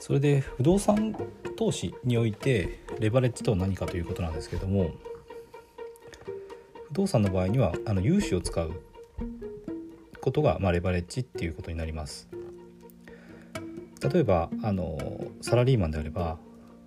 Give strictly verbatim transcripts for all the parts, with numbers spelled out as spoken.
それで不動産投資においてレバレッジとは何かということなんですけれども、不動産の場合にはあの融資を使うことが、まあ、レバレッジっていうことになります。例えばあのサラリーマンであれば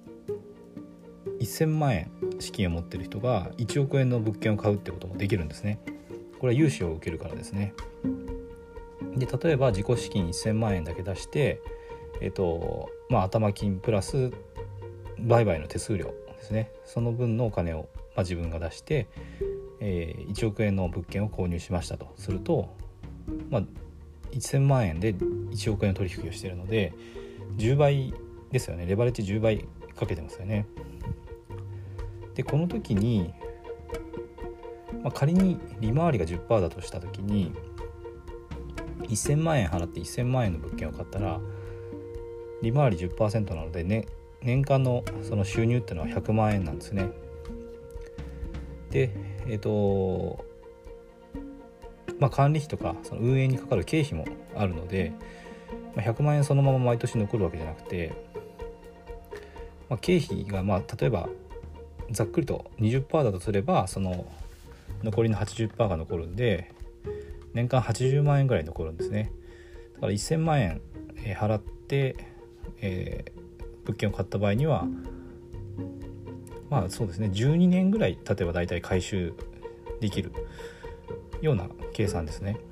せんまんえん資金を持っている人がいちおくえんの物件を買うってこともできるんですね。これは融資を受けるからですね。で例えば自己資金せんまんえんだけ出して、えっとまあ、頭金プラス売買の手数料ですね、その分のお金を、まあ、自分が出して、えー、いちおくえんの物件を購入しましたとすると、まあ、せんまんえんでいちおくえんの取引をしているのでじゅうばいですよね。レバレッジじゅうばいかけてますよね。でこの時に、まあ、仮に利回りが じゅっパーセント だとした時にせんまんえん払ってせんまんえんの物件を買ったら利回り じゅっパーセント なので、ね、年間のその収入っていうのはひゃくまんえんなんですね。でえっとまあ管理費とかその運営にかかる経費もあるので、まあ、ひゃくまんえんそのまま毎年残るわけじゃなくて、まあ、経費がまあ例えばざっくりと にじゅっパーセント だとすればその残りの はちじゅっパーセント が残るんで年間はちじゅうまんえんぐらい残るんですね。だからせんまんえん払って、えー、物件を買った場合にはまあそうですねじゅうにねんぐらい経てば大体回収できるような計算ですね。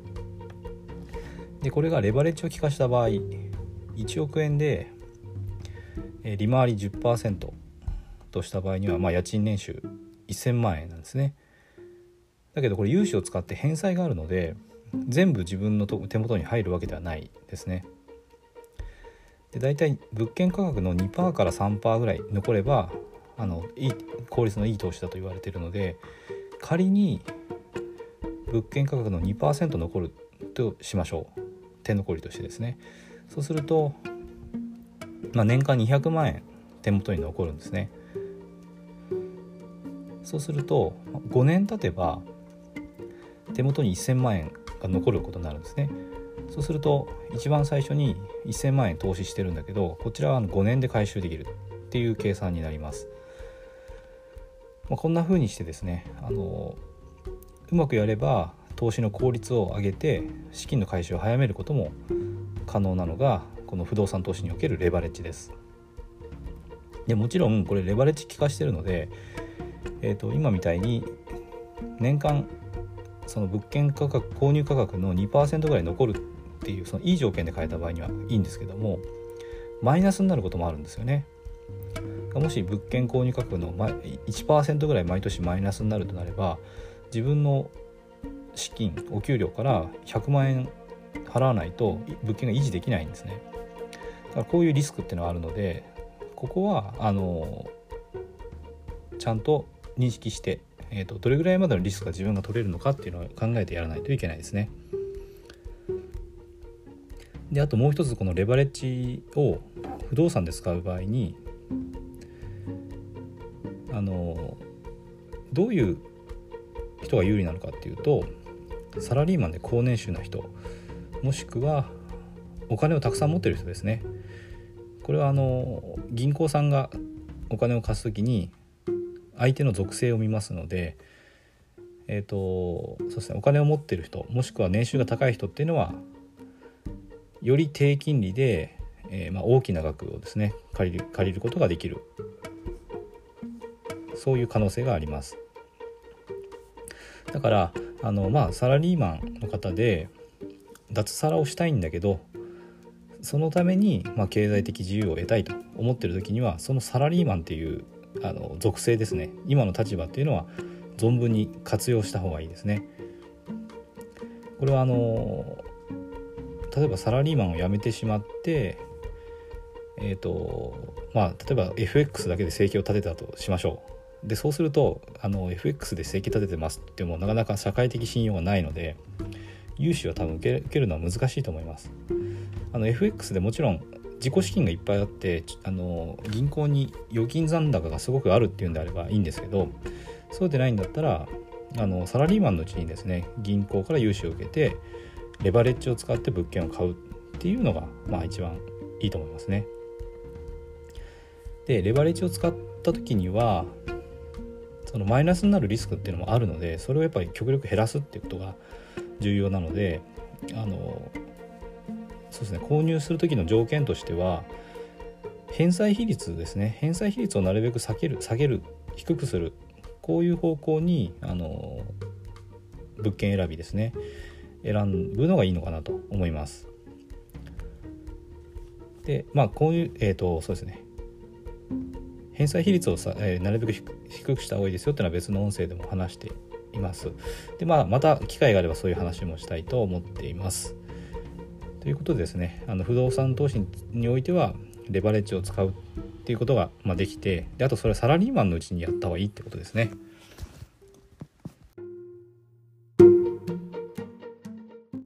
でこれがレバレッジを効かした場合いちおくえんで、えー、利回り じゅっパーセント とした場合には、まあ、家賃年収せんまんえんなんですね。だけどこれ融資を使って返済があるので全部自分の手元に入るわけではないですね。でだいたい物件価格の にパーセント から さんパーセント ぐらい残ればあのいい効率のいい投資だと言われているので、仮に物件価格の にパーセント 残るとしましょう。手残りとしてですね。そうすると、まあ、年間にひゃくまんえん手元に残るんですね。そうするとごねん経てば手元にせんまんえんが残ることになるんですね。そうすると一番最初にせんまんえん投資してるんだけどこちらはごねんで回収できるっていう計算になります。まあ、こんな風にしてですねあのうまくやれば投資の効率を上げて資金の回収を早めることも可能なのがこの不動産投資におけるレバレッジです。でもちろんこれレバレッジ効かしてるので、えーと、今みたいに年間その物件価格購入価格の にパーセント ぐらい残るっていうそのいい条件で買えた場合にはいいんですけどもマイナスになることもあるんですよね。もし物件購入価格の いちパーセント ぐらい毎年マイナスになるとなれば自分の資金お給料からひゃくまんえん払わないと物件が維持できないんですね。だからこういうリスクっていうのはあるのでここはあのちゃんと認識して、えーと、どれぐらいまでのリスクが自分が取れるのかっていうのを考えてやらないといけないですね。であともう一つこのレバレッジを不動産で使う場合にあのどういう人が有利なのかっていうとサラリーマンで高年収な人もしくはお金をたくさん持っている人ですね。これはあの銀行さんがお金を貸すときに相手の属性を見ますので、えーとそうですね、お金を持っている人もしくは年収が高い人っていうのはより低金利で、えーまあ、大きな額をですね借りる、借りることができるそういう可能性があります。だからあの、まあ、サラリーマンの方で脱サラをしたいんだけどそのために、まあ、経済的自由を得たいと思っている時にはそのサラリーマンっていうあの属性ですね今の立場っていうのは存分に活用した方がいいですね。これはあの例えばサラリーマンを辞めてしまってえーとまあ、例えば エフエックス だけで生計を立てたとしましょう。でそうするとあの エフエックス で生計立ててますってもなかなか社会的信用がないので融資は多分受け、受けるのは難しいと思います。あの エフエックス でもちろん自己資金がいっぱいあってあの銀行に預金残高がすごくあるっていうんであればいいんですけどそうでないんだったらあのサラリーマンのうちにですね銀行から融資を受けてレバレッジを使って物件を買うっていうのが、まあ、一番いいと思いますね。 でレバレッジを使った時にはそのマイナスになるリスクっていうのもあるので、それをやっぱり極力減らすっていうことが重要なので、あのそうですね、購入する時の条件としては返済比率ですね。返済比率をなるべく下げる下げる低くする、こういう方向にあの物件選びですね、選ぶのがいいのかなと思います。でまあこういうえっ、ー、とそうですね、返済比率をさ、えー、なるべく低くした方がいいですよっていうのは別の音声でも話しています。でまあまた機会があればそういう話もしたいと思っています。ということでですね、あの不動産投資においてはレバレッジを使うっていうことが、まあ、できて、であとそれはサラリーマンのうちにやった方がいいってことですね。